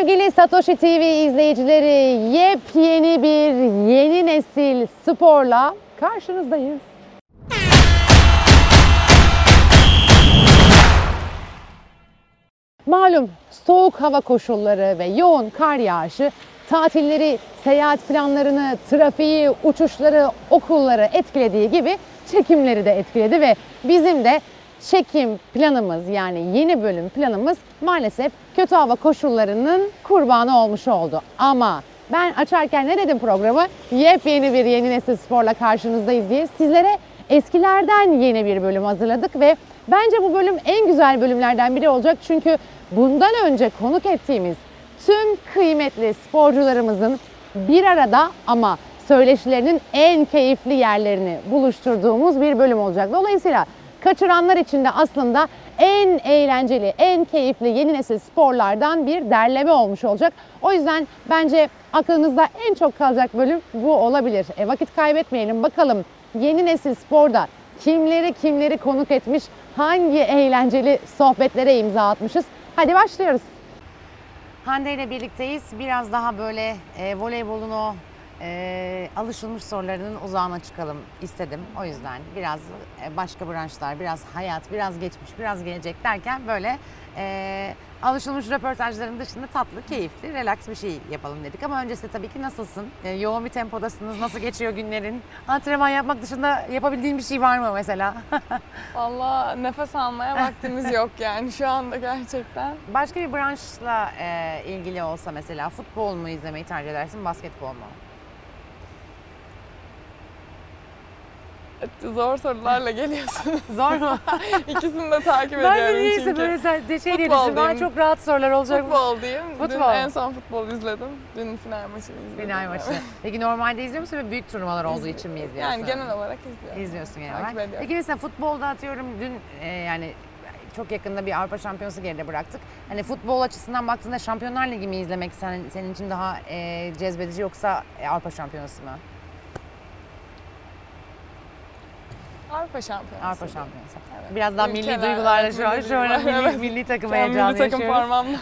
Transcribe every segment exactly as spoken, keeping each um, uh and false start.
Sevgili Satoshi T V izleyicileri, yepyeni bir yeni nesil sporla karşınızdayız. Malum soğuk hava koşulları ve yoğun kar yağışı tatilleri, seyahat planlarını, trafiği, uçuşları, okulları etkilediği gibi çekimleri de etkiledi ve bizim de çekim planımız, yani yeni bölüm planımız maalesef kötü hava koşullarının kurbanı olmuş oldu. Ama ben açarken ne dedim programı? Yepyeni bir yeni nesil sporla karşınızdayız diye sizlere eskilerden yeni bir bölüm hazırladık ve bence bu bölüm en güzel bölümlerden biri olacak. Çünkü bundan önce konuk ettiğimiz tüm kıymetli sporcularımızın bir arada ama söyleşilerinin en keyifli yerlerini buluşturduğumuz bir bölüm olacak. Dolayısıyla kaçıranlar için de aslında en eğlenceli, en keyifli yeni nesil sporlardan bir derleme olmuş olacak. O yüzden bence aklınızda en çok kalacak bölüm bu olabilir. E, vakit kaybetmeyelim, bakalım yeni nesil sporda kimleri kimleri konuk etmiş, hangi eğlenceli sohbetlere imza atmışız. Hadi başlıyoruz. Hande ile birlikteyiz. Biraz daha böyle e, voleybolun o e, alışılmış sorularının uzağına çıkalım istedim. O yüzden biraz e, başka branşlar, biraz hayat, biraz geçmiş, biraz gelecek derken böyle e, alışılmış röportajların dışında tatlı, keyifli, relax bir şey yapalım dedik. Ama öncesinde tabii ki nasılsın? E, yoğun bir tempodasınız. Nasıl geçiyor günlerin? Antrenman yapmak dışında yapabildiğin bir şey var mı mesela? Vallahi nefes almaya vaktimiz yok yani şu anda gerçekten. Başka bir branşla e, ilgili olsa mesela futbol mu izlemeyi tercih edersin, basketbol mu? Zor sorularla geliyorsunuz. Zor mu? İkisini de takip ben ediyorum de niyeyse çünkü. böyle şey diye Futbol düşündüm. Bana diyeyim. çok rahat sorular olacak. Futbol diyeyim. Futbol. Dün en son futbol izledim. Dün final maçını izledim. Final maçı. Peki normalde izliyor musun ve büyük turnuvalar olduğu için mi izliyorsun? Yani genel olarak izliyorum. İzliyorsun genel Takip olarak. ediyorum. Peki mesela futbolda atıyorum dün e, yani çok yakında bir Avrupa Şampiyonası geride bıraktık. Hani futbol açısından baktığında Şampiyonlar Ligi mi izlemek senin, senin için daha e, cezbedici yoksa e, Avrupa Şampiyonası mı? Avrupa Şampiyonası. Avrupa Şampiyonası. Evet. Biraz daha milli Ülkeler, duygularla şu an, milli şu an milli, duygular, evet. milli takım Şu an heyecanı milli takım yaşıyoruz. parmağımla.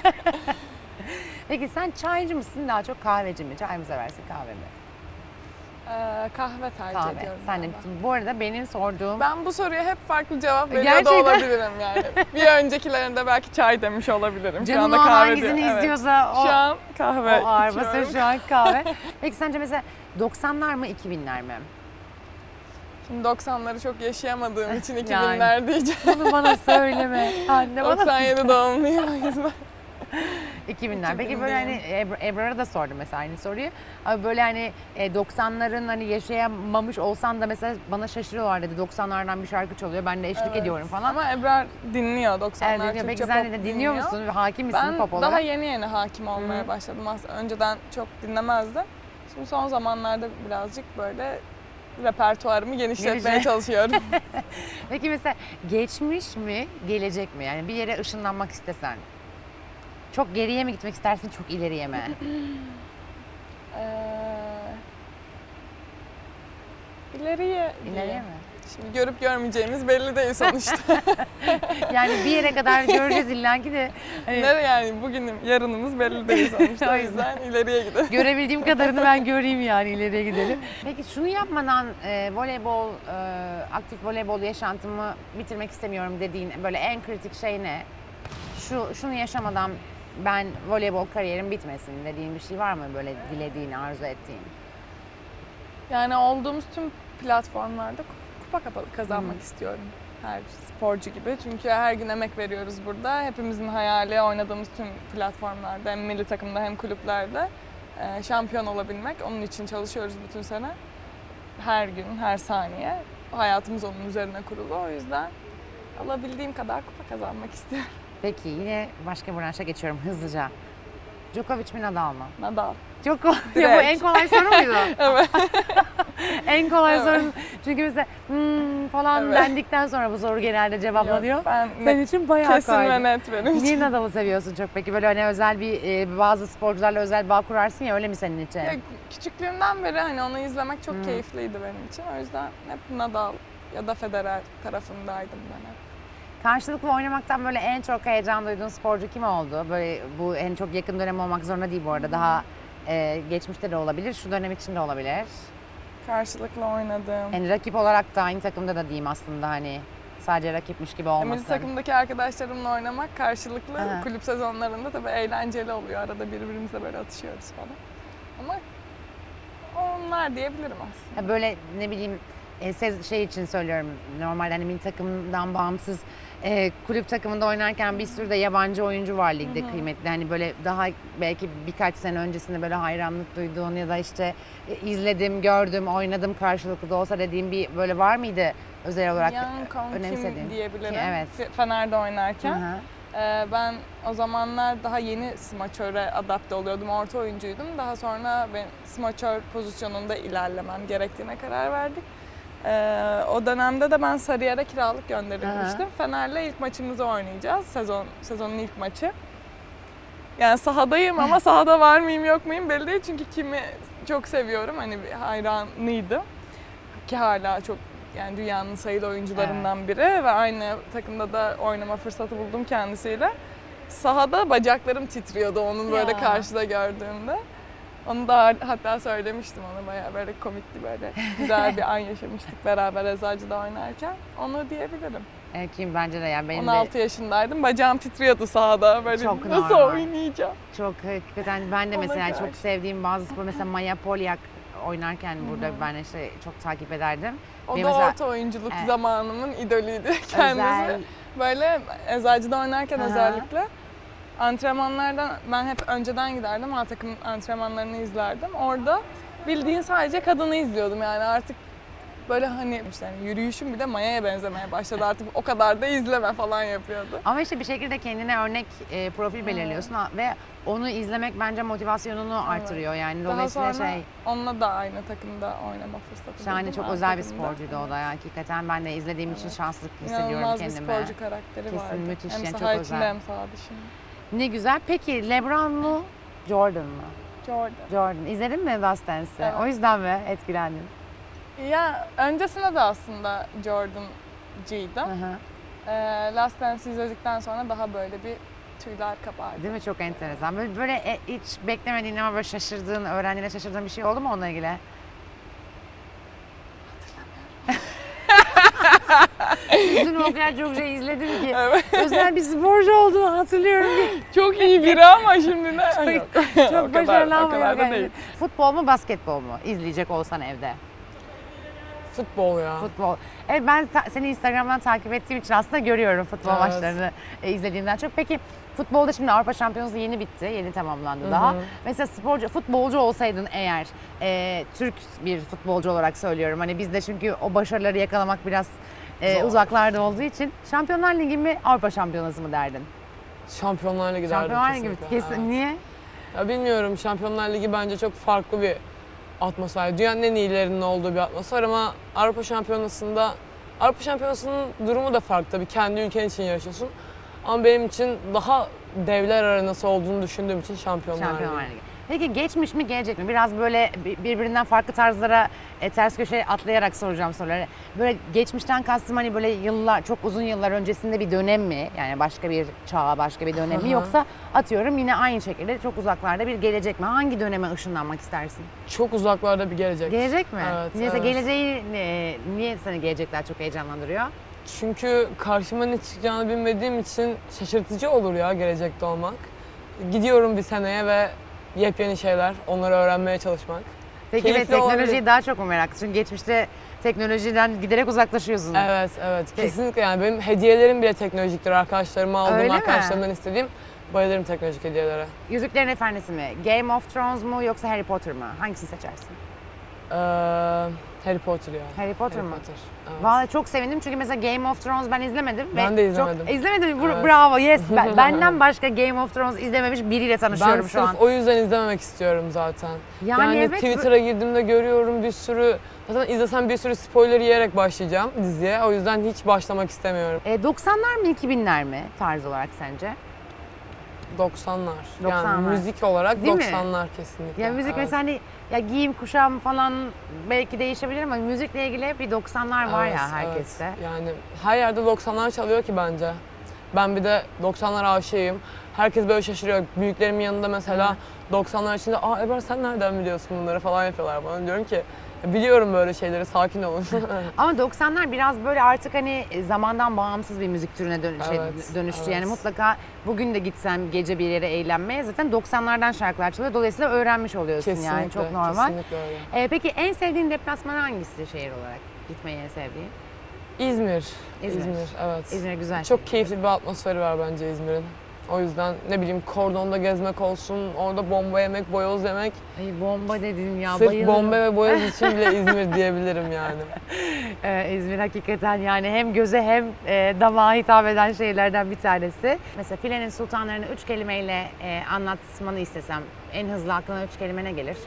Peki sen çaycı mısın, daha çok kahveci mi? Çay mı seversin, kahve mi? Ee, kahve tercih Kahve. ediyorum. Sen de, ben. bu arada benim sorduğum... Ben bu soruya hep farklı cevap veriyor Gerçekten. da olabilirim yani. Bir öncekilerinde belki çay demiş olabilirim. Canım şu anda o an kahve hangisini diyor. izliyorsa o, Şu an kahve o ağır basıyor, içiyorum. şu an kahve. Peki sence mesela doksanlar mı iki binler mi? Şimdi doksanları çok yaşayamadığım için iki Yani. binler diyeceğim. Bunu bana söyleme. Anne bana doksan yedi doğumluyum o yüzden. iki binler. Peki iki bin böyle hani diyeyim. Ebru- Ebrar'a da sordum mesela aynı soruyu. Abi böyle hani doksanların hani yaşayamamış olsan da mesela bana şaşırıyorlar dedi. doksanlardan bir şarkı çalıyor. Ben de eşlik Evet. ediyorum falan. Ama Ebrar dinliyor doksanlar Evet, dinliyor. Türkçe Peki sen pop de dinliyor musun? Ve hakim misin Ben pop olarak? daha yeni yeni hakim olmaya Hı. başladım aslında. Önceden çok dinlemezdim. Şimdi son zamanlarda birazcık böyle repertuarımı genişletmeye Genişle- çalışıyorum. Peki mesela geçmiş mi, gelecek mi? Yani bir yere ışınlanmak istesen. Çok geriye mi gitmek istersin, çok ileriye mi? ee, ileriye İleriye diyeyim. mi? Şimdi görüp görmeyeceğimiz belli değil sonuçta. Yani bir yere kadar göreceğiz illaki de. Hani Nereye yani bugünüm, yarınımız belli değil sonuçta. O O yüzden. yüzden ileriye gidelim. görebildiğim kadarını ben göreyim, yani ileriye gidelim. Peki şunu yapmadan e, voleybol, e, aktif voleybol yaşantımı bitirmek istemiyorum dediğin böyle en kritik şey ne? Şu şunu yaşamadan ben voleybol kariyerim bitmesin dediğin bir şey var mı, böyle dilediğin, arzu ettiğin? Yani olduğumuz tüm platformlarda kupa kazanmak Hı. istiyorum. Her sporcu gibi. Çünkü her gün emek veriyoruz burada. Hepimizin hayali oynadığımız tüm platformlarda hem milli takımda hem kulüplerde e, şampiyon olabilmek. Onun için çalışıyoruz bütün sene. Her gün, her saniye. Hayatımız onun üzerine kurulu. O yüzden alabildiğim kadar kupa kazanmak istiyorum. Peki yine başka branşa geçiyorum hızlıca. Djokovic mi, Nadal mı? Nadal. Çok kolay. Ya bu en kolay soru muydu? Evet. En kolay Evet. soru. Çünkü mesela hmm falan Evet. dendikten sonra bu soru genelde cevaplanıyor. Yok, ben Senin için bayağı kesin kolaydı. ve net benim için. Niye Nadal'ı seviyorsun çok peki? Böyle hani özel bir e, bazı sporcularla özel bağ kurarsın ya, öyle mi senin için? Ya, küçüklüğümden beri hani onu izlemek çok Hmm. keyifliydi benim için. O yüzden hep Nadal ya da Federer tarafındaydım ben hep. Karşılıklı oynamaktan böyle en çok heyecan duyduğun sporcu kim oldu? Böyle bu en çok yakın dönem olmak zorunda değil bu arada. Daha e, geçmişte de olabilir, şu dönem için de olabilir. Karşılıklı oynadığım. Yani rakip olarak da aynı takımda da diyeyim aslında hani sadece rakipmiş gibi olmasın. Milli takımdaki arkadaşlarımla oynamak karşılıklı Aha. kulüp sezonlarında tabii eğlenceli oluyor. Arada birbirimize böyle atışıyoruz falan. Ama onlar diyebilirim aslında. Ya böyle ne bileyim e, sez- şey için söylüyorum. Normalde hani milli takımdan bağımsız e, kulüp takımında oynarken bir sürü de yabancı oyuncu var ligde kıymetli. Hani böyle daha belki birkaç sene öncesinde böyle hayranlık duyduğun ya da işte e, izledim, gördüm, oynadım karşılıklı da olsa dediğim bir böyle var mıydı özel olarak Yan Kong önemsediğin? Kim diyebilirim. Ki, evet. Fener'de oynarken. Hı hı. Ee, ben o zamanlar daha yeni smaçöre adapte oluyordum. Orta oyuncuydum. Daha sonra ben smaçör pozisyonunda ilerlemem gerektiğine karar verdik. Ee, o dönemde de ben Sarıyer'e kiralık gönderilmiştim. Aha. Fener'le ilk maçımızı oynayacağız. Sezon sezonun ilk maçı. Yani sahadayım ama sahada var mıyım yok muyum belli değil. Çünkü kimi çok seviyorum. Hani bir hayranıydım. Ki hala çok yani dünyanın sayılı oyuncularından evet. biri ve aynı takımda da oynama fırsatı buldum kendisiyle. Sahada bacaklarım titriyordu onun böyle ya. Karşıda gördüğümde. Onu da hatta söylemiştim ona, bayağı böyle komikti, böyle güzel bir an yaşamıştık beraber Eczacı'da oynarken. Onu diyebilirim. E, kim bence de yani benim on altı de... yaşındaydım. Bacağım titriyordu sahada. Böyle çok nasıl normal. Oynayacağım? Çok hakikaten ben de mesela karşı. Çok sevdiğim bazı spor mesela Maya Polyak oynarken burada Hı-hı. ben işte çok takip ederdim. O Benim da mesela, orta oyunculuk evet. zamanımın idolüydü kendisi. Özel. Böyle Eczacı'da oynarken Hı-hı. özellikle antrenmanlardan ben hep önceden giderdim. A takım antrenmanlarını izlerdim. Orada bildiğin sadece kadını izliyordum yani artık böyle hani işte yani yürüyüşüm bile Maya'ya benzemeye başladı artık o kadar da izleme falan yapıyordu. Ama işte bir şekilde kendine örnek e, profil belirliyorsun hmm. ve onu izlemek bence motivasyonunu evet. artırıyor yani dolayısıyla Daha sonra şey. onunla da aynı takımda oynama fırsatı şahane buldum. Çok aynı özel bir takımda. sporcuydu evet. o da ya hakikaten ben de izlediğim evet. için şanslı hissediyorum İnanılmaz kendime. İnanılmaz bir sporcu karakteri Kesin vardı. müthiş hem yani saha çok içinde özel. hem saha dışında. Ne güzel. Peki LeBron mu Jordan mı? Jordan. Jordan. İzledin mi Last Dance'i? Evet. O yüzden mi etkilendin? Ya öncesinde de aslında Jordan'cıydım. Ee, Last Dance'i izledikten sonra daha böyle bir tüyler kabardı. Değil mi? Çok enteresan. Böyle, böyle e, hiç beklemediğin ama böyle şaşırdığın, öğrendiğine şaşırdığın bir şey oldu mu onunla ilgili? Üzgünüm o kadar çok şey izledim ki. Evet. Özel bir sporcu olduğunu hatırlıyorum ki. Çok iyi biri ama şimdi ne? çok çok başarılı ama yok yani. Futbol mu basketbol mu izleyecek olsan evde? Futbol ya. Futbol. Evet ben ta- seni Instagram'dan takip ettiğim için aslında görüyorum futbol evet. maçlarını e, izlediğimden çok. Peki futbolda şimdi Avrupa Şampiyonası yeni bitti, yeni tamamlandı Hı-hı. daha. Mesela sporcu, futbolcu olsaydın eğer, e, Türk bir futbolcu olarak söylüyorum. Hani bizde çünkü o başarıları yakalamak biraz e, uzaklarda olduğu için. Şampiyonlar Ligi mi, Avrupa Şampiyonası mı derdin? Şampiyonlar Ligi derdim Şampiyonlar Ligi kesinlikle. kesin. Evet. Niye? Ya bilmiyorum, Şampiyonlar Ligi bence çok farklı bir atmosfer. Dünyanın en iyilerinin olduğu bir atmosfer ama Avrupa Şampiyonası'nda Avrupa Şampiyonası'nın durumu da farklı tabii. Kendi ülken için yarışıyorsun. Ama benim için daha devler arenası olduğunu düşündüğüm için Şampiyonlar, Şampiyonlar Ligi. Ligi. Peki geçmiş mi gelecek mi? Biraz böyle birbirinden farklı tarzlara e, ters köşe atlayarak soracağım soruları. Böyle geçmişten kastım hani böyle yıllar, çok uzun yıllar öncesinde bir dönem mi? Yani başka bir çağ, başka bir dönem mi? Yoksa atıyorum yine aynı şekilde çok uzaklarda bir gelecek mi? Hangi döneme ışınlanmak istersin? Çok uzaklarda bir gelecek. Gelecek mi? Evet. Niye evet. geleceği e, niye seni gelecekler çok heyecanlandırıyor? Çünkü karşıma ne çıkacağını bilmediğim için şaşırtıcı olur ya gelecekte olmak. Gidiyorum bir seneye ve yepyeni şeyler, onları öğrenmeye çalışmak. Peki ve teknolojiyi olabilir. Daha çok mu merak? Çünkü geçmişte teknolojiden giderek uzaklaşıyorsun. Evet, evet. Peki. Kesinlikle yani benim hediyelerim bile teknolojiktir. Arkadaşlarıma aldığım, Öyle arkadaşlarımdan mi? istediğim. Bayılırım teknolojik hediyelere. Yüzüklerin Efendisi mi? Game of Thrones mu yoksa Harry Potter mı? Hangisini seçersin? Ee, Harry Potter ya. Harry Potter Harry mı? Potter. Evet. Vallahi çok sevindim çünkü mesela Game of Thrones ben izlemedim. Ben ve de izlemedim. Çok, izlemedim. Evet. Bravo, yes. Ben, benden başka Game of Thrones izlememiş biriyle tanışıyorum ben şu an. Ben sırf o yüzden izlememek istiyorum zaten. Yani, yani evet, Twitter'a girdiğimde görüyorum bir sürü, zaten izlesem bir sürü spoiler yiyerek başlayacağım diziye. O yüzden hiç başlamak istemiyorum. E, doksanlar mı iki binler mi tarz olarak sence? doksanlar. doksanlar. Yani müzik olarak Değil mi? doksanlar kesinlikle. Ya müzik Evet. mesela hani ya giyim kuşam falan belki değişebilir ama müzikle ilgili hep bir doksanlar var Evet, ya herkeste. evet. Yani her yerde doksanlar çalıyor ki bence. Ben bir de doksanlar aşığıyım. Herkes böyle şaşırıyor. Büyüklerimin yanında mesela doksanlar içinde "Aa Ebrar sen nereden biliyorsun bunları?" falan yapıyorlar bana. Diyorum ki biliyorum böyle şeyleri, sakin olun. Ama doksanlar biraz böyle artık hani zamandan bağımsız bir müzik türüne dön- şey, Evet, dönüştü. evet. Yani mutlaka bugün de gitsem gece bir yere eğlenmeye zaten doksanlardan şarkılar çalıyor. Dolayısıyla öğrenmiş oluyorsun Kesinlikle, yani çok normal. kesinlikle öyle. Ee, peki en sevdiğin deplasman hangisi şehir olarak? Gitmeyi en sevdiğin? İzmir. İzmir. İzmir, evet. İzmir güzel. Çok keyifli bir atmosferi var bence İzmir'in. O yüzden ne bileyim kordonda gezmek olsun, orada bomba yemek, boyoz yemek. Ay bomba dedin ya, Sırf bayılırım. bomba ve boyoz için bile İzmir diyebilirim yani. Ee, İzmir hakikaten yani hem göze hem e, damağa hitap eden şeylerden bir tanesi. Mesela Filenin Sultanlarını üç kelimeyle e, anlatmanı istesem en hızlı aklına üç kelime ne gelir?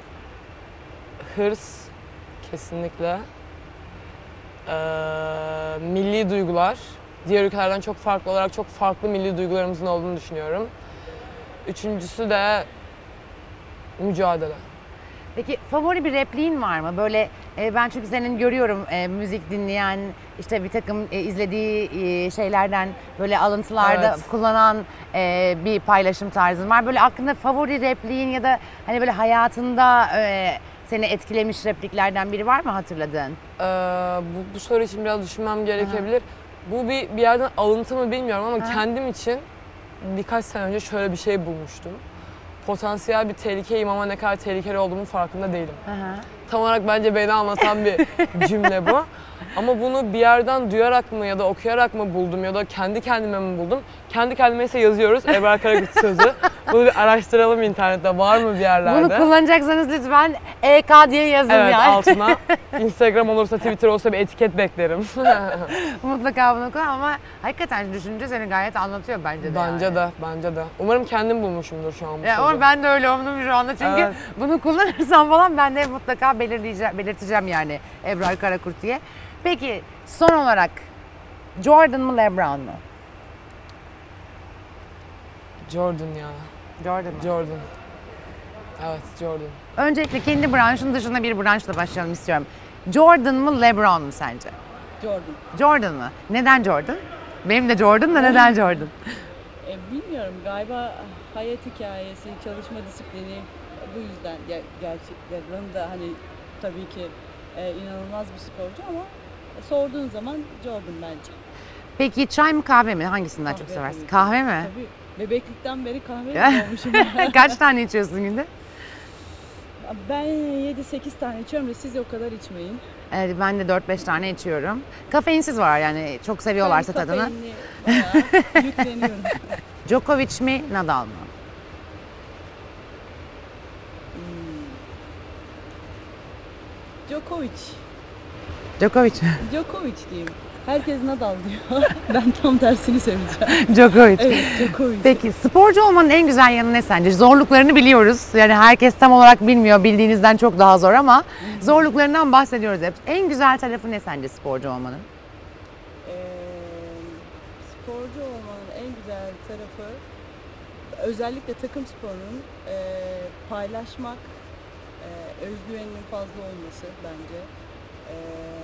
Hırs kesinlikle. Ee, milli duygular. Diğer ülkelerden çok farklı olarak çok farklı milli duygularımızın olduğunu düşünüyorum. Üçüncüsü de mücadele. Peki favori bir repliğin var mı? Böyle e, ben çünkü senin görüyorum e, müzik dinleyen, işte bir takım e, izlediği e, şeylerden böyle alıntılarda Evet. kullanan e, bir paylaşım tarzın var. Böyle aklında favori repliğin ya da hani böyle hayatında e, seni etkilemiş repliklerden biri var mı hatırladığın? Ee, bu, bu soru için biraz düşünmem gerekebilir. Bu bir, bir yerden alıntı mı bilmiyorum ama Aha. kendim için birkaç sene önce şöyle bir şey bulmuştum. Potansiyel bir tehlikeyim ama ne kadar tehlikeli olduğumun farkında değilim. Hı hı. Tam olarak bence beni anlatan bir cümle bu. Ama bunu bir yerden duyarak mı ya da okuyarak mı buldum ya da kendi kendime mi buldum? Kendi kendime ise yazıyoruz Ebrar Karakurt sözü. Bunu bir araştıralım internette, var mı bir yerlerde? Bunu kullanacaksanız lütfen E K diye yazın Evet, yani. altına Instagram olursa, Twitter olsa bir etiket beklerim. Mutlaka bunu kullan ama hakikaten düşününce seni gayet anlatıyor bence de. Bence yani. de, bence de. Umarım kendim bulmuşumdur şu an bu Ya sözü. ama ben de öyle oldum şu anda çünkü Evet. bunu kullanırsam falan ben de mutlaka belirleyeceğim, belirteceğim yani Ebrar Karakurt diye. Peki son olarak Jordan mı LeBron mu? Jordan ya. Jordan mı? Jordan. Evet, Jordan. Öncelikle kendi branşın dışında bir branşla başlayalım istiyorum. Jordan mı LeBron mu sence? Jordan. Jordan mı? Neden Jordan? Benim de Jordan da neden Jordan? E, bilmiyorum galiba hayat hikayesi, çalışma disiplini bu yüzden ger- gerçekten de hani tabii ki e, inanılmaz bir sporcu ama e, sorduğun zaman Jordan bence. Peki çay mı kahve mi? Hangisini daha çok Kahve seversin? tabii ki. Kahve mi? Tabii bebeklikten beri kahve olmuşum. Kaç tane içiyorsun günde? Ben yedi sekiz tane içiyorum da siz o kadar içmeyin. Evet, ben de dört beş tane içiyorum. Kafeinsiz var yani çok seviyorlarsa Ben tadını. kafeinli bayağı yükleniyorum. Djokovic mi Nadal mı? Djokovic. Djokovic. Djokovic diyeyim. Herkes Nadal diyor. Ben tam tersini söyleyeceğim. Djokovic. Evet, Djokovic. Peki sporcu olmanın en güzel yanı ne sence? Zorluklarını biliyoruz. Yani herkes tam olarak bilmiyor. Bildiğinizden çok daha zor ama zorluklarından bahsediyoruz hep. En güzel tarafı ne sence sporcu olmanın? Ee, sporcu olmanın en güzel tarafı özellikle takım sporunun e, paylaşmak, e, özgüveninin fazla olması bence. E,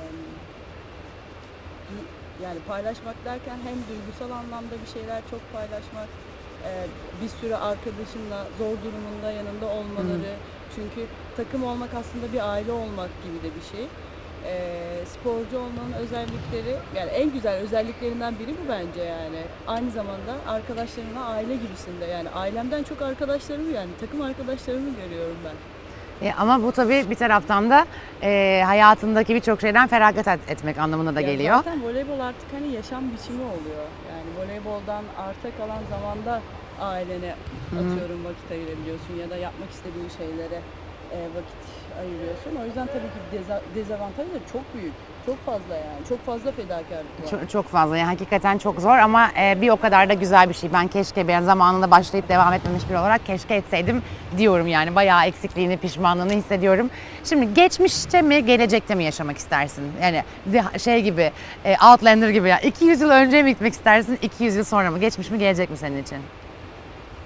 du- yani paylaşmak derken hem duygusal anlamda bir şeyler çok paylaşmak, e, bir sürü arkadaşınla zor durumunda yanında olmaları. Çünkü takım olmak aslında bir aile olmak gibi de bir şey. E, sporcu olmanın özellikleri, yani en güzel özelliklerinden biri bu bence yani. Aynı zamanda arkadaşlarımla aile gibisinde, yani ailemden çok arkadaşlarımı, yani takım arkadaşlarımı görüyorum ben. E, ama bu tabii bir taraftan da e, hayatındaki birçok şeyden feragat et- etmek anlamına da Ya geliyor. zaten voleybol artık hani yaşam biçimi oluyor. Yani voleyboldan arta kalan zamanda ailene atıyorum vakit ayırabiliyorsun ya da yapmak istediğin şeylere e, vakit ayırıyorsun. O yüzden tabii ki deza- dezavantajı da çok büyük. Çok fazla yani. Çok fazla fedakarlık var. Çok, çok fazla yani hakikaten çok zor ama e, bir o kadar da güzel bir şey. Ben keşke ben zamanında başlayıp devam etmemiş biri olarak keşke etseydim diyorum yani. Bayağı eksikliğini, pişmanlığını hissediyorum. Şimdi geçmişte mi, gelecekte mi yaşamak istersin? Yani de- şey gibi, e, Outlander gibi ya. iki yüz yıl önce mi gitmek istersin, iki yüz yıl sonra mı? Geçmiş mi, gelecek mi senin için?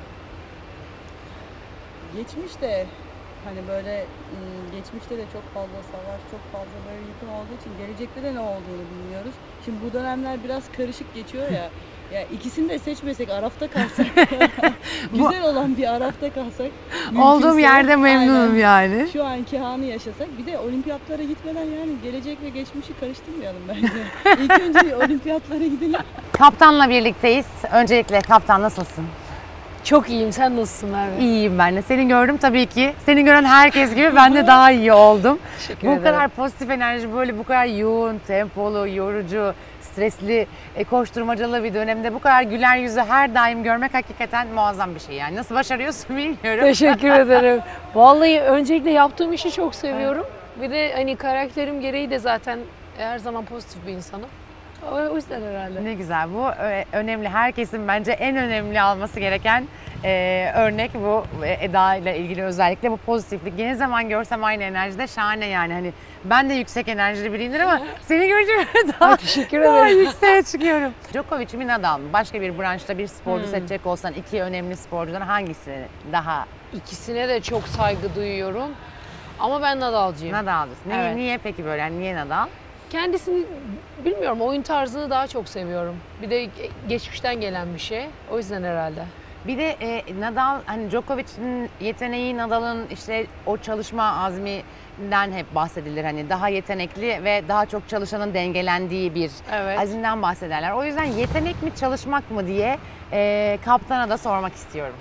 geçmişte hani böyle ım, geçmişte de çok fazla savaş, çok fazla böyle yıkım olduğu için gelecekte de ne olduğunu bilmiyoruz. Şimdi bu dönemler biraz karışık geçiyor ya. Ya ikisini de seçmesek, Araf'ta kalsak, güzel olan bir Araf'ta kalsak. Olduğum mümkünse, yerde memnunum aynen, yani. şu anki anı yaşasak. Bir de olimpiyatlara gitmeden yani gelecek ve geçmişi karıştırmayalım bence. İlk önce bir olimpiyatlara gidelim. Kaptanla birlikteyiz. Öncelikle kaptan nasılsın? Çok iyiyim. Sen nasılsın Merve? İyiyim ben de. Seni gördüm tabii ki. Seni gören herkes gibi ben de daha iyi oldum. Teşekkür Bu ederim. kadar pozitif enerji, böyle bu kadar yoğun, tempolu, yorucu, stresli, e, koşturmacalı bir dönemde bu kadar güler yüzü her daim görmek hakikaten muazzam bir şey. Yani nasıl başarıyorsun bilmiyorum. Teşekkür ederim. Vallahi öncelikle yaptığım işi çok seviyorum. Bir de hani karakterim gereği de zaten her zaman pozitif bir insanım. O o yüzden herhalde. Ne güzel. Bu ö- önemli. Herkesin bence en önemli alması gereken e, örnek bu. E, Eda ile ilgili özellikle bu pozitiflik. Ne zaman görsem aynı enerjide şahane yani. Hani ben de yüksek enerjili biriyimdir ama seni görünce böyle daha, Ay, teşekkür daha ederim. yükseğe çıkıyorum. Djokovic mi Nadal mı? Başka bir branşta bir sporcu Hmm. seçecek olsan iki önemli sporcudan hangisi daha İkisine de çok saygı duyuyorum. Ama ben Nadal'cıyım. Nadal'cısın? Niye, Evet. niye peki böyle? Yani niye Nadal? Kendisini bilmiyorum, oyun tarzını daha çok seviyorum. Bir de ge- geçmişten gelen bir şey. O yüzden herhalde. Bir de e, Nadal, hani Djokovic'in yeteneği, Nadal'ın işte o çalışma azminden hep bahsedilir. Hani daha yetenekli ve daha çok çalışanın dengelendiği bir Evet. azimden bahsederler. O yüzden yetenek mi çalışmak mı diye e, kaptana da sormak istiyorum.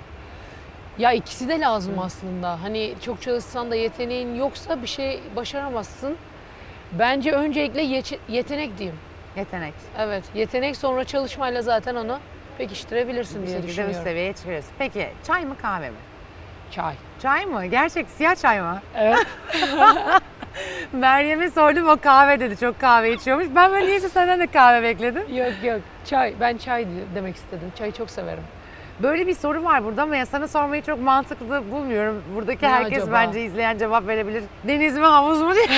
Ya ikisi de lazım aslında. Hani çok çalışsan da yeteneğin yoksa bir şey başaramazsın. Bence öncelikle yeçe- yetenek diyeyim. Yetenek. Evet, yetenek sonra çalışmayla zaten onu pekiştirebilirsin Bir diye şekilde üst düşünüyorum. seviyeye çıkıyoruz. Peki çay mı kahve mi? Çay. Çay mı? Gerçek siyah çay mı? Evet. Meryem'e sordum, o kahve dedi. Çok kahve içiyormuş. Ben böyle niyeyse senden de kahve bekledim. Yok yok. Çay. Ben çay demek istedim. Çayı çok severim. Böyle bir soru var burada ama ya sana sormayı çok mantıklı bulmuyorum. Buradaki Ne herkes acaba? bence izleyen cevap verebilir. Deniz mi havuz mu diye.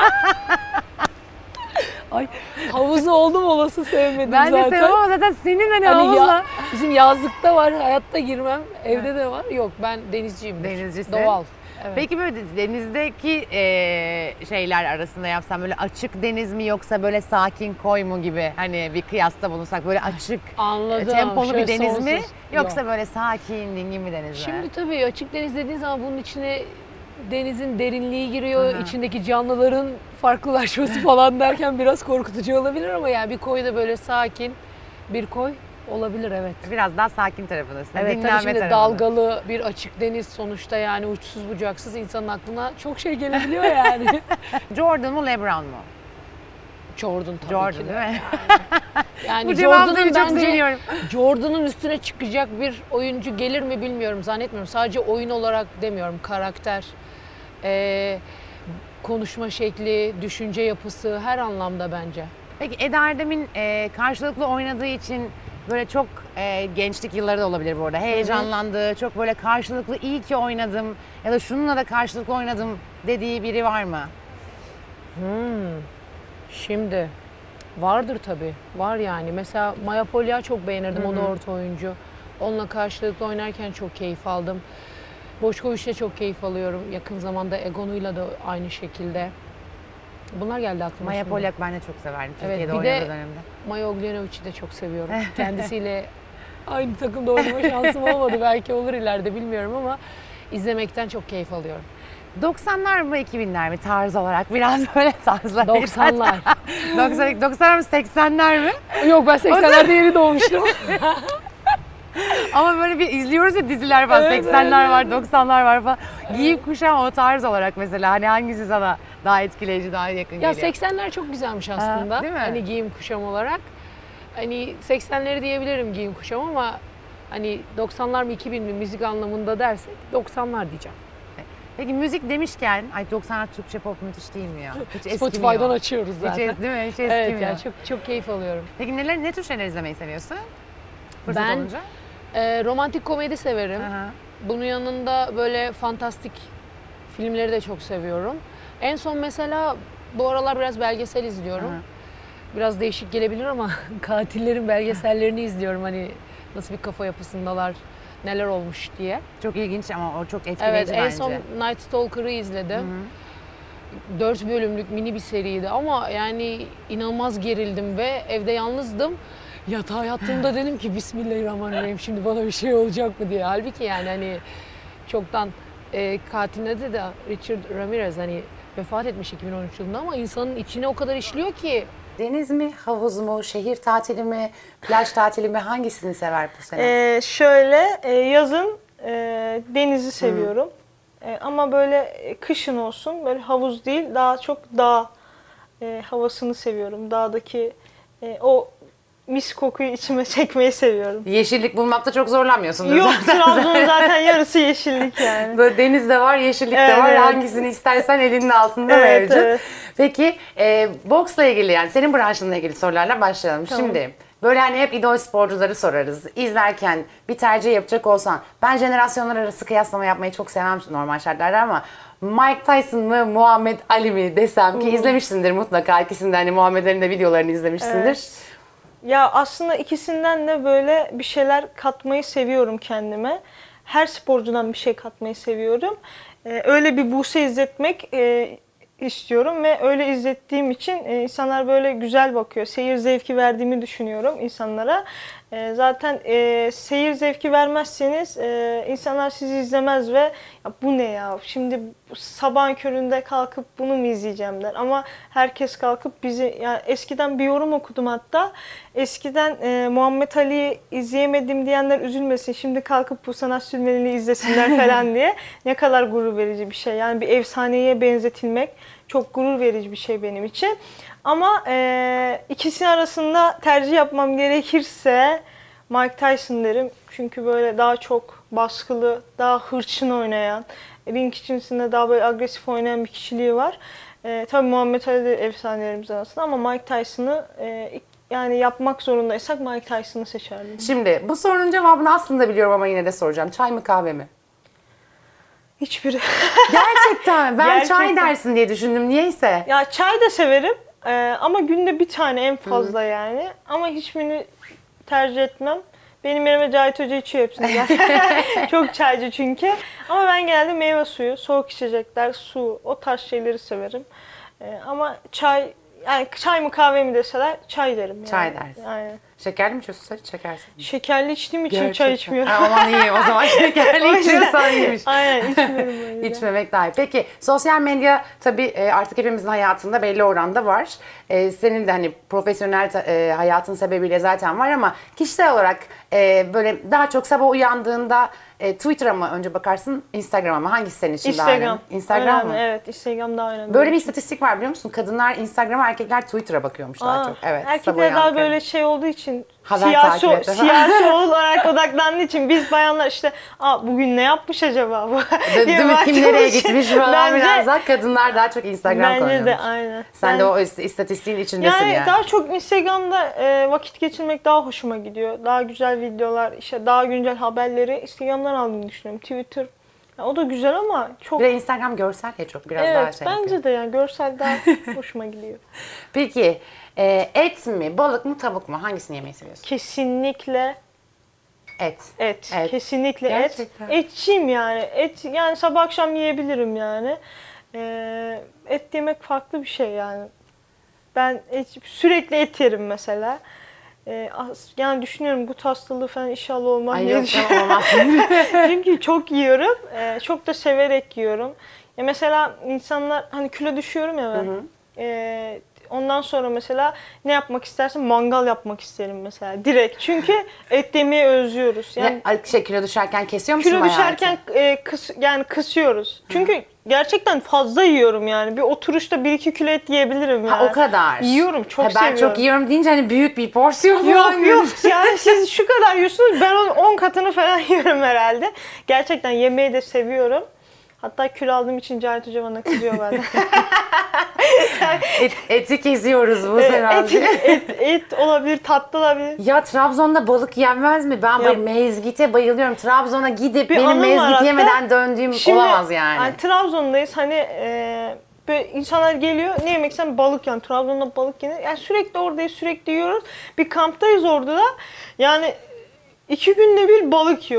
Ay, havuzu oldum olası sevmedim Ben de zaten. sevmem ama zaten senin hani, Hani havuzla. ya, bizim yazlıkta var, hayatta girmem. Evde de var. Yok, ben denizciyim. Denizcisin. Doğal. Evet. Peki böyle denizdeki e, şeyler arasında yapsam böyle açık deniz mi yoksa böyle sakin koy mu gibi, hani bir kıyasta bulunsak böyle açık Anladım. tempolu bir Şöyle deniz mi sonsuz. yoksa Yok. böyle sakin dingin bir deniz mi? Şimdi tabii açık deniz dediğin zaman bunun içine denizin derinliği giriyor, Hı hı. içindeki canlıların farklılaşması falan derken biraz korkutucu olabilir ama yani bir koyda böyle sakin bir koy olabilir, evet. Biraz daha sakin tarafındasın. Evet, tabii dinlenme şimdi tarafında. dalgalı bir açık deniz sonuçta, yani uçsuz bucaksız, insanın aklına çok şey gelebiliyor yani. Jordan mı LeBron mu? Jordan tabii Jordan ki değil de. mi? Yani Bu cevabını Jordan'ın çok bence seviyorum. Jordan'ın üstüne çıkacak bir oyuncu gelir mi bilmiyorum, zannetmiyorum. Sadece oyun olarak demiyorum, karakter, eee, konuşma şekli, düşünce yapısı her anlamda bence. Peki Eda Erdem'in e, karşılıklı oynadığı için böyle çok e, gençlik yılları da olabilir bu arada. Heyecanlandığı, çok böyle karşılıklı iyi ki oynadım ya da şununla da karşılıklı oynadım dediği biri var mı? Hmm. Şimdi vardır tabii. Var yani. Mesela Maya Polya'yı çok beğenirdim. O da orta oyuncu. Onunla karşılıklı oynarken çok keyif aldım. Boşkoviç'le çok keyif alıyorum. Yakın zamanda Egonu'yla da aynı şekilde. Bunlar geldi aklıma Maya şimdi. Polyak ben de çok severdim Evet, Türkiye'de bir de- oynadığı dönemde. Maya Ognjenovic'i de çok seviyorum. Kendisiyle aynı takımda oynama şansım olmadı. Belki olur ileride, bilmiyorum ama izlemekten çok keyif alıyorum. doksanlar mı iki binler mi tarz olarak biraz böyle tarzlar. doksanlar. doksan, doksanlar mı seksenler mi? Yok, ben seksenlerde yeni doğmuştum. Ama böyle bir izliyoruz ya diziler var. Evet, seksenler evet, var, evet. doksanlar var falan. Giyim kuşam o tarz olarak mesela hani hangisi sana daha etkileyici, daha yakın Ya geliyor? seksenler çok güzelmiş aslında. değil mi? Hani giyim kuşam olarak. Hani seksenleri diyebilirim giyim kuşam ama hani doksanlar mı iki bin mi müzik anlamında dersek doksanlar diyeceğim. Peki müzik demişken, ay doksanlar Türkçe pop müthiş değil mi ya? Hiç Spotify'dan eskimiyor. açıyoruz Hiç, zaten. es- değil mi? Hiç eskimiyor. Evet, yani çok çok keyif alıyorum. Peki neler, ne tür şeyler izlemeyi seviyorsun? Fırsat Ben- olunca. Ee, romantik komedi severim. Aha. Bunun yanında böyle fantastik filmleri de çok seviyorum. En son mesela bu aralar biraz belgesel izliyorum. Aha. Biraz değişik gelebilir ama katillerin belgesellerini izliyorum. Hani nasıl bir kafa yapısındalar, neler olmuş diye. Çok ilginç ama o çok etkileyici Evet, en bence. son Night Stalker'ı izledim. Dört bölümlük mini bir seriydi ama yani inanılmaz gerildim ve evde yalnızdım. Yatağa yattığımda dedim ki Bismillahirrahmanirrahim, şimdi bana bir şey olacak mı diye. Halbuki yani hani çoktan e, katilin adı da Richard Ramirez, hani vefat etmiş iki bin on üç yılında ama insanın içine o kadar işliyor ki. Deniz mi, havuz mu, şehir tatili mi, plaj tatili mi, hangisini sever bu sene? Ee, şöyle e, yazın e, denizi seviyorum. E, ama böyle e, kışın olsun, böyle havuz değil, daha çok dağ e, havasını seviyorum. Dağdaki e, o mis kokuyu içime çekmeyi seviyorum. Yeşillik bulmakta çok zorlanmıyorsunuz Yok, zaten. Trabzon'un zaten yarısı yeşillik yani. Böyle deniz de var, yeşillik de Evet, var. evet. Hangisini istersen elinin altında Evet, mevcut. evet. Peki e, boksla ilgili, yani senin branşınla ilgili sorularla başlayalım. Tamam. Şimdi böyle hani hep idol sporcuları sorarız. İzlerken bir tercih yapacak olsan, ben jenerasyonlar arası kıyaslama yapmayı çok sevmem normal şartlarda ama Mike Tyson mı, Muhammed Ali mi desem ki izlemişsindir mutlaka, ikisini de, hani Muhammed Ali'nin de videolarını izlemişsindir. Evet. Ya aslında ikisinden de böyle bir şeyler katmayı seviyorum kendime. Her sporcudan bir şey katmayı seviyorum. Ee, öyle bir Buse izletmek e, istiyorum ve öyle izlettiğim için e, insanlar böyle güzel bakıyor. Seyir zevki verdiğimi düşünüyorum insanlara. E, zaten e, seyir zevki vermezseniz e, insanlar sizi izlemez ve ya bu ne ya, şimdi sabahın köründe kalkıp bunu mu izleyeceğim der. Ama herkes kalkıp bizi, yani eskiden bir yorum okudum hatta. Eskiden e, Muhammed Ali'yi izleyemedim diyenler üzülmesin. Şimdi kalkıp bu sanat sürmelerini izlesinler falan diye. Ne kadar gurur verici bir şey. Yani bir efsaneye benzetilmek çok gurur verici bir şey benim için. Ama e, ikisinin arasında tercih yapmam gerekirse Mike Tyson derim. Çünkü böyle daha çok baskılı, daha hırçın oynayan, ring içerisinde daha böyle agresif oynayan bir kişiliği var. E, tabii Muhammed Ali de efsanelerimiz arasında ama Mike Tyson'ı e, yani yapmak zorundaysak Mike Tyson'ı seçerdim. Şimdi bu sorunun cevabını aslında biliyorum ama yine de soracağım. Çay mı, kahve mi? Hiçbiri. Gerçekten mi? Ben Gerçekten. çay dersin diye düşündüm niyeyse. Ya çay da severim e, ama günde bir tane en fazla yani. Ama hiçbirini tercih etmem. Benim yerime Cahit Hoca içiyor hepsini. Çok çaycı çünkü. Ama ben genelde meyve suyu, soğuk içecekler, su, o tarz şeyleri severim. E, ama çay, yani çay mı kahve mi deseler çay derim. Yani. Çay dersin. Aynen. Şekerli mi içiyorsun, sen şekersiz mi? Şekerli içtiğim için Gerçekten. çay içmiyorum. Ha, aman iyi, o zaman şekerli içiyorsan iyiymiş. Aynen, içmiyorum öyle. İçmemek daha iyi. Peki sosyal medya tabii e, artık hepimizin hayatında belli oranda var. E, senin de hani profesyonel e, hayatın sebebiyle zaten var ama kişisel olarak e, böyle daha çok sabah uyandığında e, Twitter'a mı önce bakarsın, Instagram'a mı? Hangisi senin için daha Instagram. önemli? Instagram Önemli, mı? evet, Instagram daha önemli. Böyle benim bir için. istatistik var biliyor musun? Kadınlar Instagram'a, erkekler Twitter'a bakıyormuş daha Aa, çok. Evet. sabah erkekler daha uyandıklarında. böyle şey olduğu için, Haber siyasi, takip etme. siyasi olarak odaklandığı için biz bayanlar işte Aa, bugün ne yapmış acaba bu? De- diye Değil mi? Kim nereye baktığımız için gitmiş falan bence- biraz daha, kadınlar daha çok Instagram Bence kullanıyormuş. de aynen. Sen Ben- de o ist- istatistiğin içindesin yani, yani. daha çok Instagram'da e, vakit geçirmek daha hoşuma gidiyor. Daha güzel videolar, işte daha güncel haberleri Instagram'dan aldığını düşünüyorum. Twitter, ya o da güzel ama çok... Bir de Instagram görsel ya, çok biraz daha Evet, şey bence yapıyor. de yani görsel daha hoşuma gidiyor. Peki e, et mi, balık mı, tavuk mu? Hangisini yemeyi seviyorsun? Kesinlikle Et. et. Et. Kesinlikle Gerçekten. et. Etçiyim yani. Et yani sabah akşam yiyebilirim yani. Ee, et yemek farklı bir şey yani. Ben et, sürekli et yerim mesela. Ee, as- yani düşünüyorum gut hastalığı falan inşallah olmam Ay diye yok düşünüyorum. tamam, olmaz. Çünkü çok yiyorum. Ee, çok da severek yiyorum. Ya mesela insanlar hani kilo düşüyorum ya ben. Ee, ondan sonra mesela ne yapmak istersin? Mangal yapmak isterim mesela direkt. Çünkü et yemeyi özlüyoruz. Yani Ne, ay, şey, kilo düşerken kesiyor musun kilo bayağı düşerken eti? e, kıs, yani kısıyoruz. Çünkü gerçekten fazla yiyorum yani. Bir oturuşta bir iki kilo et yiyebilirim yani. Ha, o kadar. Yiyorum, çok Ha, ben seviyorum. çok yiyorum deyince hani büyük bir porsiyon falan Yok yok yani siz şu kadar yiyorsunuz, ben onun on katını falan yiyorum herhalde. Gerçekten yemeği de seviyorum. Hatta kilo aldığım için Cahit Hoca bana kızıyor bazen. et, eti kesiyoruz bu et, herhalde. et, et olabilir, tatlı olabilir. Ya Trabzon'da balık yenmez mi? Ben Ya- böyle mezgite bayılıyorum. Trabzon'a gidip Bir benim anım var mezgit hatta. yemeden döndüğüm Şimdi, olamaz yani. hani Trabzon'dayız hani e, böyle insanlar geliyor, ne yemek sen, balık yani Trabzon'da balık yenir. Yani sürekli oradayız, sürekli yiyoruz. Bir kamptayız orada da yani iki günde bir balık yiyoruz.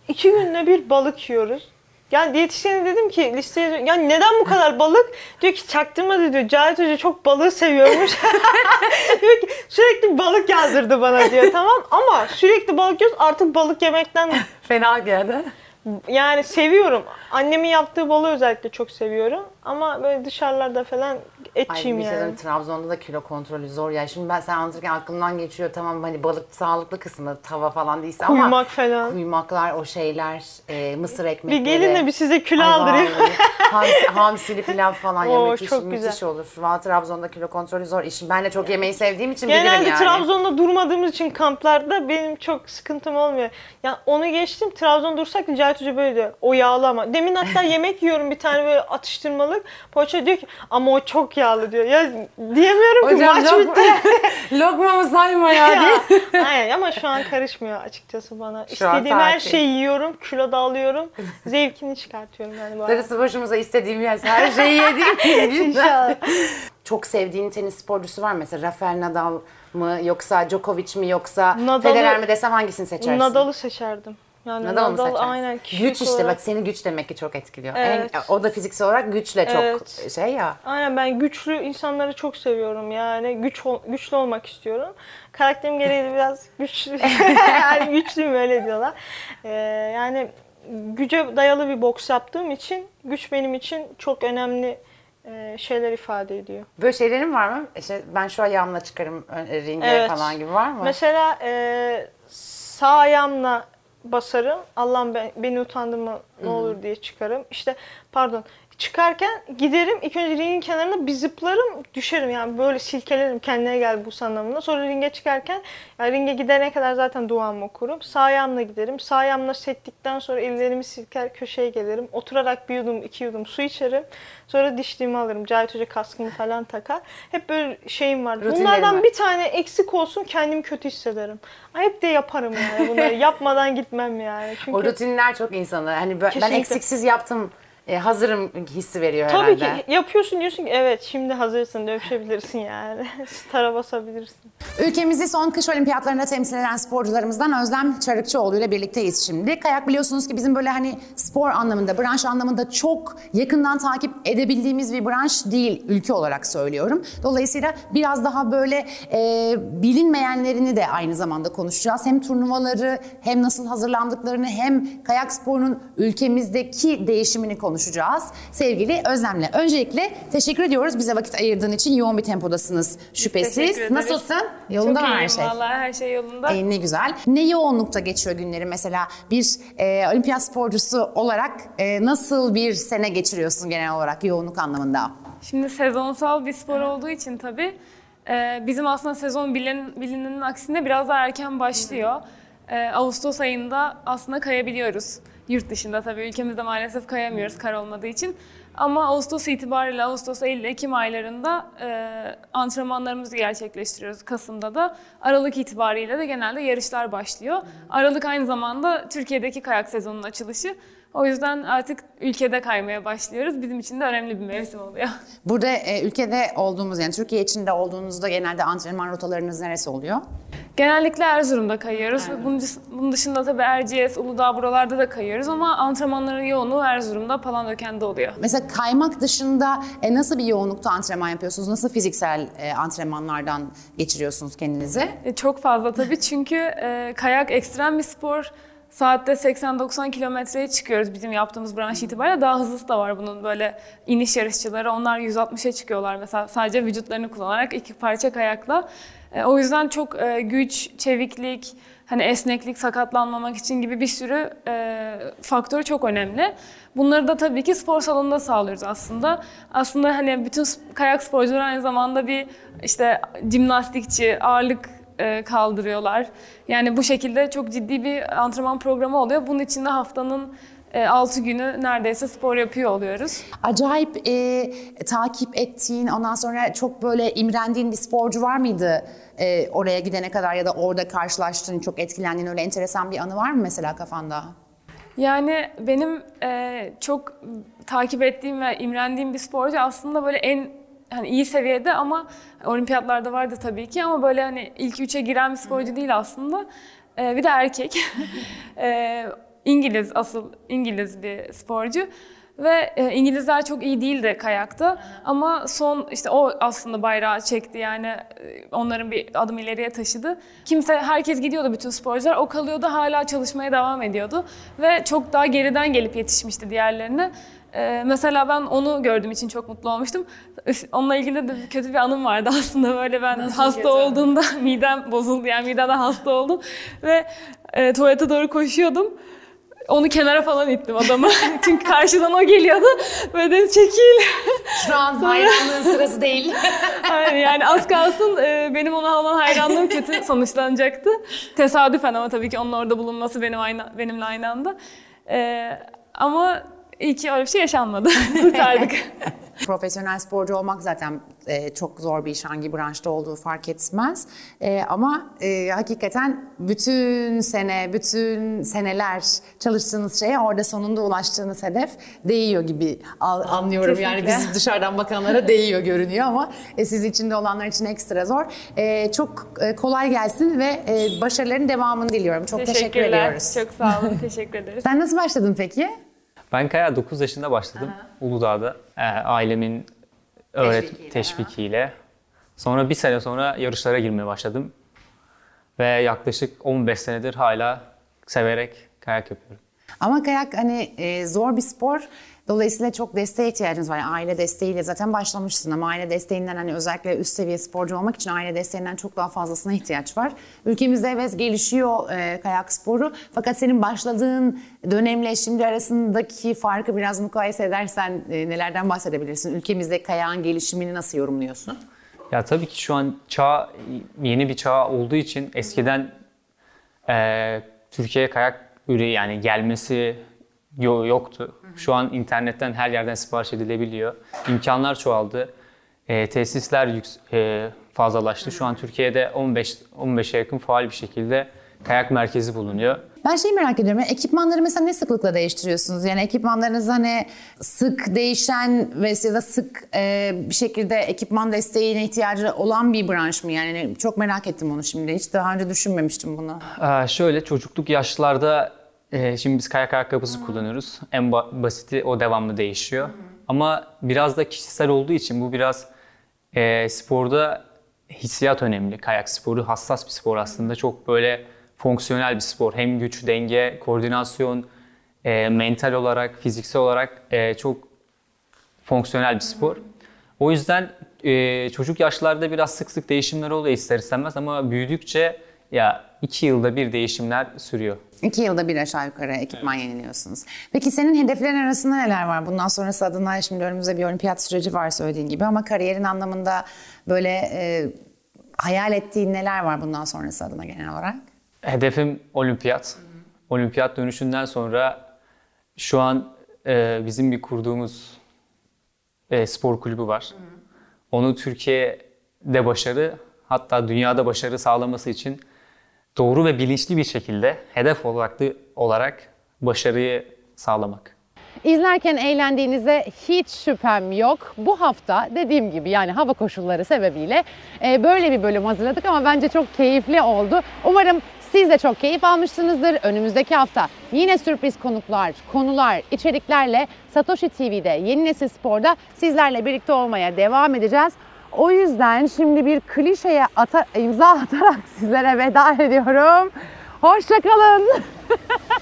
iki günde bir balık yiyoruz. Yani diyetisyene dedim ki listeye, yani neden bu kadar balık? Diyor ki çaktırmadı diyor. Cahit Hoca çok balığı seviyormuş. Diyor ki sürekli balık yazdırdı bana diyor, tamam ama sürekli balık yiyoruz, artık balık yemekten Fena geldi. yani seviyorum. Annemin yaptığı balığı özellikle çok seviyorum. Ama böyle dışarılarda falan etçiyim Ay, bir şey yani. söyleyeyim, Trabzon'da da kilo kontrolü zor ya. Şimdi ben sen anlatırken aklımdan geçiyor, tamam hani balık sağlıklı kısmı tava falan değilse ama Kuymak falan. kuymaklar, o şeyler, e, mısır Bir ekmekleri. gelin de bir size kilo Ay aldırayım. vallahi, hamsi, hamsili pilav falan Oo, yemek iş, çok müthiş güzel. olur. Valla Trabzon'da kilo kontrolü zor. İşim, ben de çok yemeği sevdiğim için bilirim Genelde yani. Trabzon'da durmadığımız için kamplarda benim çok sıkıntım olmuyor. Ya onu geçtim, Trabzon dursak da Cahit Hoca böyle diyor. O yağlı ama. Demin hatta yemek yiyorum bir tane böyle atıştırmalık. Poğaça diyor ki ama o çok yağlı diyor. Ya diyemiyorum ki Hocam maç lokma, bitti. lokmamı sayma ya. Ya, aynen ama şu an karışmıyor açıkçası bana. Şu an İstediğim her tatil. şeyi yiyorum, kilo da alıyorum. Zevkini çıkartıyorum yani bu arada. Darısı başımıza, istediğim yer, her şeyi yediğim İnşallah. Çok sevdiğin tenis sporcusu var mı? Mesela Rafael Nadal mı, yoksa Djokovic mi, yoksa Nadal'ı- Federer mi desem hangisini seçersin? Nadal'ı seçerdim. Yani Nadal mı Nadal seçersin? aynen kişilik Güç işte, olarak- bak seni güç demek ki çok etkiliyor. Evet. En, o da fiziksel olarak güçle çok Evet. şey ya. Aynen, ben güçlü insanları çok seviyorum yani güç ol- güçlü olmak istiyorum. Karakterim gereği de biraz güçlü, yani güçlüyüm öyle diyorlar. Ee, yani güce dayalı bir boks yaptığım için güç benim için çok önemli e, şeyler ifade ediyor. Böyle şeylerin var mı? İşte ben şu ayağımla çıkarım ö- ringe Evet. falan gibi var mı? Mesela e, sağ ayağımla basarım. Allah'ım ben, beni utandırma ne olur diye çıkarım. İşte pardon, çıkarken giderim ilk önce ringin kenarına bir zıplarım, düşerim yani böyle silkelerim, kendine gel bu anlamında. Sonra ringe çıkarken, yani ringe gidene kadar zaten duamı okurum. Sağ ayağımla giderim. Sağ ayağımla settikten sonra ellerimi silker köşeye gelirim. Oturarak bir yudum iki yudum su içerim. Sonra dişliğimi alırım. Cahit Hoca kaskımı falan takar. Hep böyle şeyim var. Rutinlerim Bunlardan var. bir tane eksik olsun kendimi kötü hissederim. Ay, hep de yaparım yani bunları. Yapmadan gitmem yani. Çünkü O rutinler çok insanı. Hani ben, ben Kesinlikle. eksiksiz yaptım, e, hazırım hissi veriyor tabii herhalde. ki yapıyorsun, diyorsun ki evet şimdi hazırsın, dövüşebilirsin yani. Stara basabilirsin. Ülkemizi son kış olimpiyatlarında temsil eden sporcularımızdan Özlem Çarıkçıoğlu ile birlikteyiz şimdi. Kayak biliyorsunuz ki bizim böyle hani spor anlamında, branş anlamında çok yakından takip edebildiğimiz bir branş değil, ülke olarak söylüyorum. Dolayısıyla biraz daha böyle e, bilinmeyenlerini de aynı zamanda konuşacağız. Hem turnuvaları, hem nasıl hazırlandıklarını, hem kayak sporunun ülkemizdeki değişimini konuşacağız. Sevgili Özlem'le. Öncelikle teşekkür ediyoruz bize vakit ayırdığın için. Yoğun bir tempodasınız şüphesiz. Teşekkür ederiz. Nasılsın? Yolunda Çok mı her iyiyim şey? vallahi, her şey yolunda. Ee, ne güzel. Ne yoğunlukta geçiyor günleri mesela? Bir e, olimpiyat sporcusu olarak e, nasıl bir sene geçiriyorsun genel olarak yoğunluk anlamında? Şimdi sezonsal bir spor olduğu için tabii e, bizim aslında sezon bilin, bilinenin aksine biraz daha erken başlıyor. E, Ağustos ayında aslında kayabiliyoruz. Yurt dışında tabii, ülkemizde maalesef kayamıyoruz kar olmadığı için. Ama Ağustos itibariyle, Ağustos, Eylül, Ekim aylarında e, antrenmanlarımızı gerçekleştiriyoruz. Kasım'da da, Aralık itibariyle de genelde yarışlar başlıyor. Aralık aynı zamanda Türkiye'deki kayak sezonunun açılışı. O yüzden artık ülkede kaymaya başlıyoruz. Bizim için de önemli bir mevsim oluyor. Burada e, ülkede olduğumuz, yani Türkiye içinde olduğunuzda genelde antrenman rotalarınız neresi oluyor? Genellikle Erzurum'da kayıyoruz. Bunun, bunun dışında tabii Erciyes, Uludağ buralarda da kayıyoruz ama antrenmanların yoğunluğu Erzurum'da, Palandöken'de oluyor. Mesela kaymak dışında e, nasıl bir yoğunlukta antrenman yapıyorsunuz? Nasıl fiziksel e, antrenmanlardan geçiriyorsunuz kendinizi? E, çok fazla tabii çünkü e, kayak ekstrem bir spor. Saatte seksen doksan kilometreye çıkıyoruz bizim yaptığımız branş itibariyle. Daha hızlısı da var bunun, böyle iniş yarışçıları. Onlar yüz altmışa çıkıyorlar mesela, sadece vücutlarını kullanarak iki parça kayakla. E, o yüzden çok e, güç, çeviklik, hani esneklik, sakatlanmamak için gibi bir sürü e, faktör çok önemli. Bunları da tabii ki spor salonunda sağlıyoruz aslında. Aslında hani bütün kayak sporcuları aynı zamanda bir işte jimnastikçi, ağırlık e, kaldırıyorlar. Yani bu şekilde çok ciddi bir antrenman programı oluyor. Bunun için de haftanın altı günü neredeyse spor yapıyor oluyoruz. Acayip e, takip ettiğin, ondan sonra çok böyle imrendiğin bir sporcu var mıydı e, oraya gidene kadar, ya da orada karşılaştığın, çok etkilendiğin öyle enteresan bir anı var mı mesela kafanda? Yani benim e, çok takip ettiğim ve imrendiğim bir sporcu aslında böyle en hani iyi seviyede, ama olimpiyatlarda vardı tabii ki, ama böyle hani ilk üçe giren bir sporcu değil aslında. E, bir de erkek. e, İngiliz, asıl İngiliz bir sporcu. Ve e, İngilizler çok iyi değildi kayakta ama son işte o aslında bayrağı çekti yani e, onların bir adım ileriye taşıdı. Kimse, herkes gidiyordu, bütün sporcular, o kalıyordu, hala çalışmaya devam ediyordu ve çok daha geriden gelip yetişmişti diğerlerine. E, mesela ben onu gördüğüm için çok mutlu olmuştum. Onunla ilgili de kötü bir anım vardı aslında, böyle ben Nasıl hasta kötü? olduğumda midem bozuldu, yani midemden hasta oldum ve e, tuvalete doğru koşuyordum. Onu kenara falan ittim adamı. Çünkü karşıdan o geliyordu. Böyle dedim çekil. Şu an hayranlığın sırası değil. Yani az kalsın benim ona olan hayranlığım kötü sonuçlanacaktı. Tesadüfen ama tabii ki onun orada bulunması benim aynı, benimle aynı anda. Ee, ama iyi ki öyle bir şey yaşanmadı. Kurtardık. Profesyonel sporcu olmak zaten e, çok zor bir iş, hangi branşta olduğu fark etmez. E, ama e, hakikaten bütün sene, bütün seneler çalıştığınız şeye orada sonunda ulaştığınız hedef değiyor gibi al, anlıyorum. Kesinlikle. Yani biz dışarıdan bakanlara değiyor görünüyor ama e, siz içinde olanlar için ekstra zor. E, çok e, kolay gelsin ve e, başarıların devamını diliyorum. Çok teşekkür ediyoruz. Çok sağ olun, teşekkür ederiz. Sen nasıl başladın peki? Ben kayağa dokuz yaşında başladım. Aha. Uludağ'da. E, ailemin öğret teşvikiyle. teşvikiyle. Sonra bir sene sonra yarışlara girmeye başladım. Ve yaklaşık on beş senedir hala severek kayak yapıyorum. Ama kayak hani e, zor bir spor. Dolayısıyla çok desteğe ihtiyacınız var. Yani aile desteğiyle zaten başlamışsın ama aile desteğinden, hani özellikle üst seviye sporcu olmak için aile desteğinden çok daha fazlasına ihtiyaç var. Ülkemizde evet gelişiyor e, kayak sporu. Fakat senin başladığın dönemle şimdi arasındaki farkı biraz mukayese edersen e, nelerden bahsedebilirsin? Ülkemizde kayağın gelişimini nasıl yorumluyorsun? Ya tabii ki şu an çağ yeni bir çağ olduğu için eskiden e, Türkiye'ye kayak üreyi yani gelmesi yoktu. Şu an internetten her yerden sipariş edilebiliyor. İmkanlar çoğaldı. E, tesisler yüks- e, fazlalaştı. Şu an Türkiye'de on beş on beşe yakın faal bir şekilde kayak merkezi bulunuyor. Ben şeyi merak ediyorum. Yani ekipmanları mesela ne sıklıkla değiştiriyorsunuz? Yani ekipmanlarınız hani sık değişen ve ya da sık e, bir şekilde ekipman desteğine ihtiyacı olan bir branş mı? Yani çok merak ettim onu şimdi. Hiç daha önce düşünmemiştim bunu. Ee, şöyle çocukluk yaşlarda e, şimdi biz kayak ayakkabısı kullanıyoruz. En ba- basiti o devamlı değişiyor. Hı. Ama biraz da kişisel olduğu için bu biraz e, sporda hissiyat önemli. Kayak sporu hassas bir spor aslında. Çok böyle fonksiyonel bir spor. Hem güç, denge, koordinasyon, e, mental olarak, fiziksel olarak e, çok fonksiyonel bir spor. O yüzden e, çocuk yaşlarda biraz sık sık değişimler oluyor ister istemez ama büyüdükçe ya iki yılda bir değişimler sürüyor. İki yılda bir aşağı yukarı ekipman evet. yeniliyorsunuz. Peki senin hedeflerin arasında neler var? Bundan sonrası adına şimdi önümüzde bir olimpiyat süreci var söylediğin gibi ama kariyerin anlamında böyle e, hayal ettiğin neler var bundan sonrası adına genel olarak? Hedefim olimpiyat. Hı hı. Olimpiyat dönüşünden sonra şu an e, bizim bir kurduğumuz e, spor kulübü var. Hı hı. Onu Türkiye'de başarı, hatta dünyada başarı sağlaması için doğru ve bilinçli bir şekilde hedef olarak, olarak başarıyı sağlamak. İzlerken eğlendiğinize hiç şüphem yok. Bu hafta dediğim gibi yani hava koşulları sebebiyle e, böyle bir bölüm hazırladık ama bence çok keyifli oldu. Umarım siz de çok keyif almışsınızdır. Önümüzdeki hafta yine sürpriz konuklar, konular, içeriklerle Satoshi T V'de Yeni Nesil Spor'da sizlerle birlikte olmaya devam edeceğiz. O yüzden şimdi bir klişeye ata, imza atarak sizlere veda ediyorum. Hoşça kalın.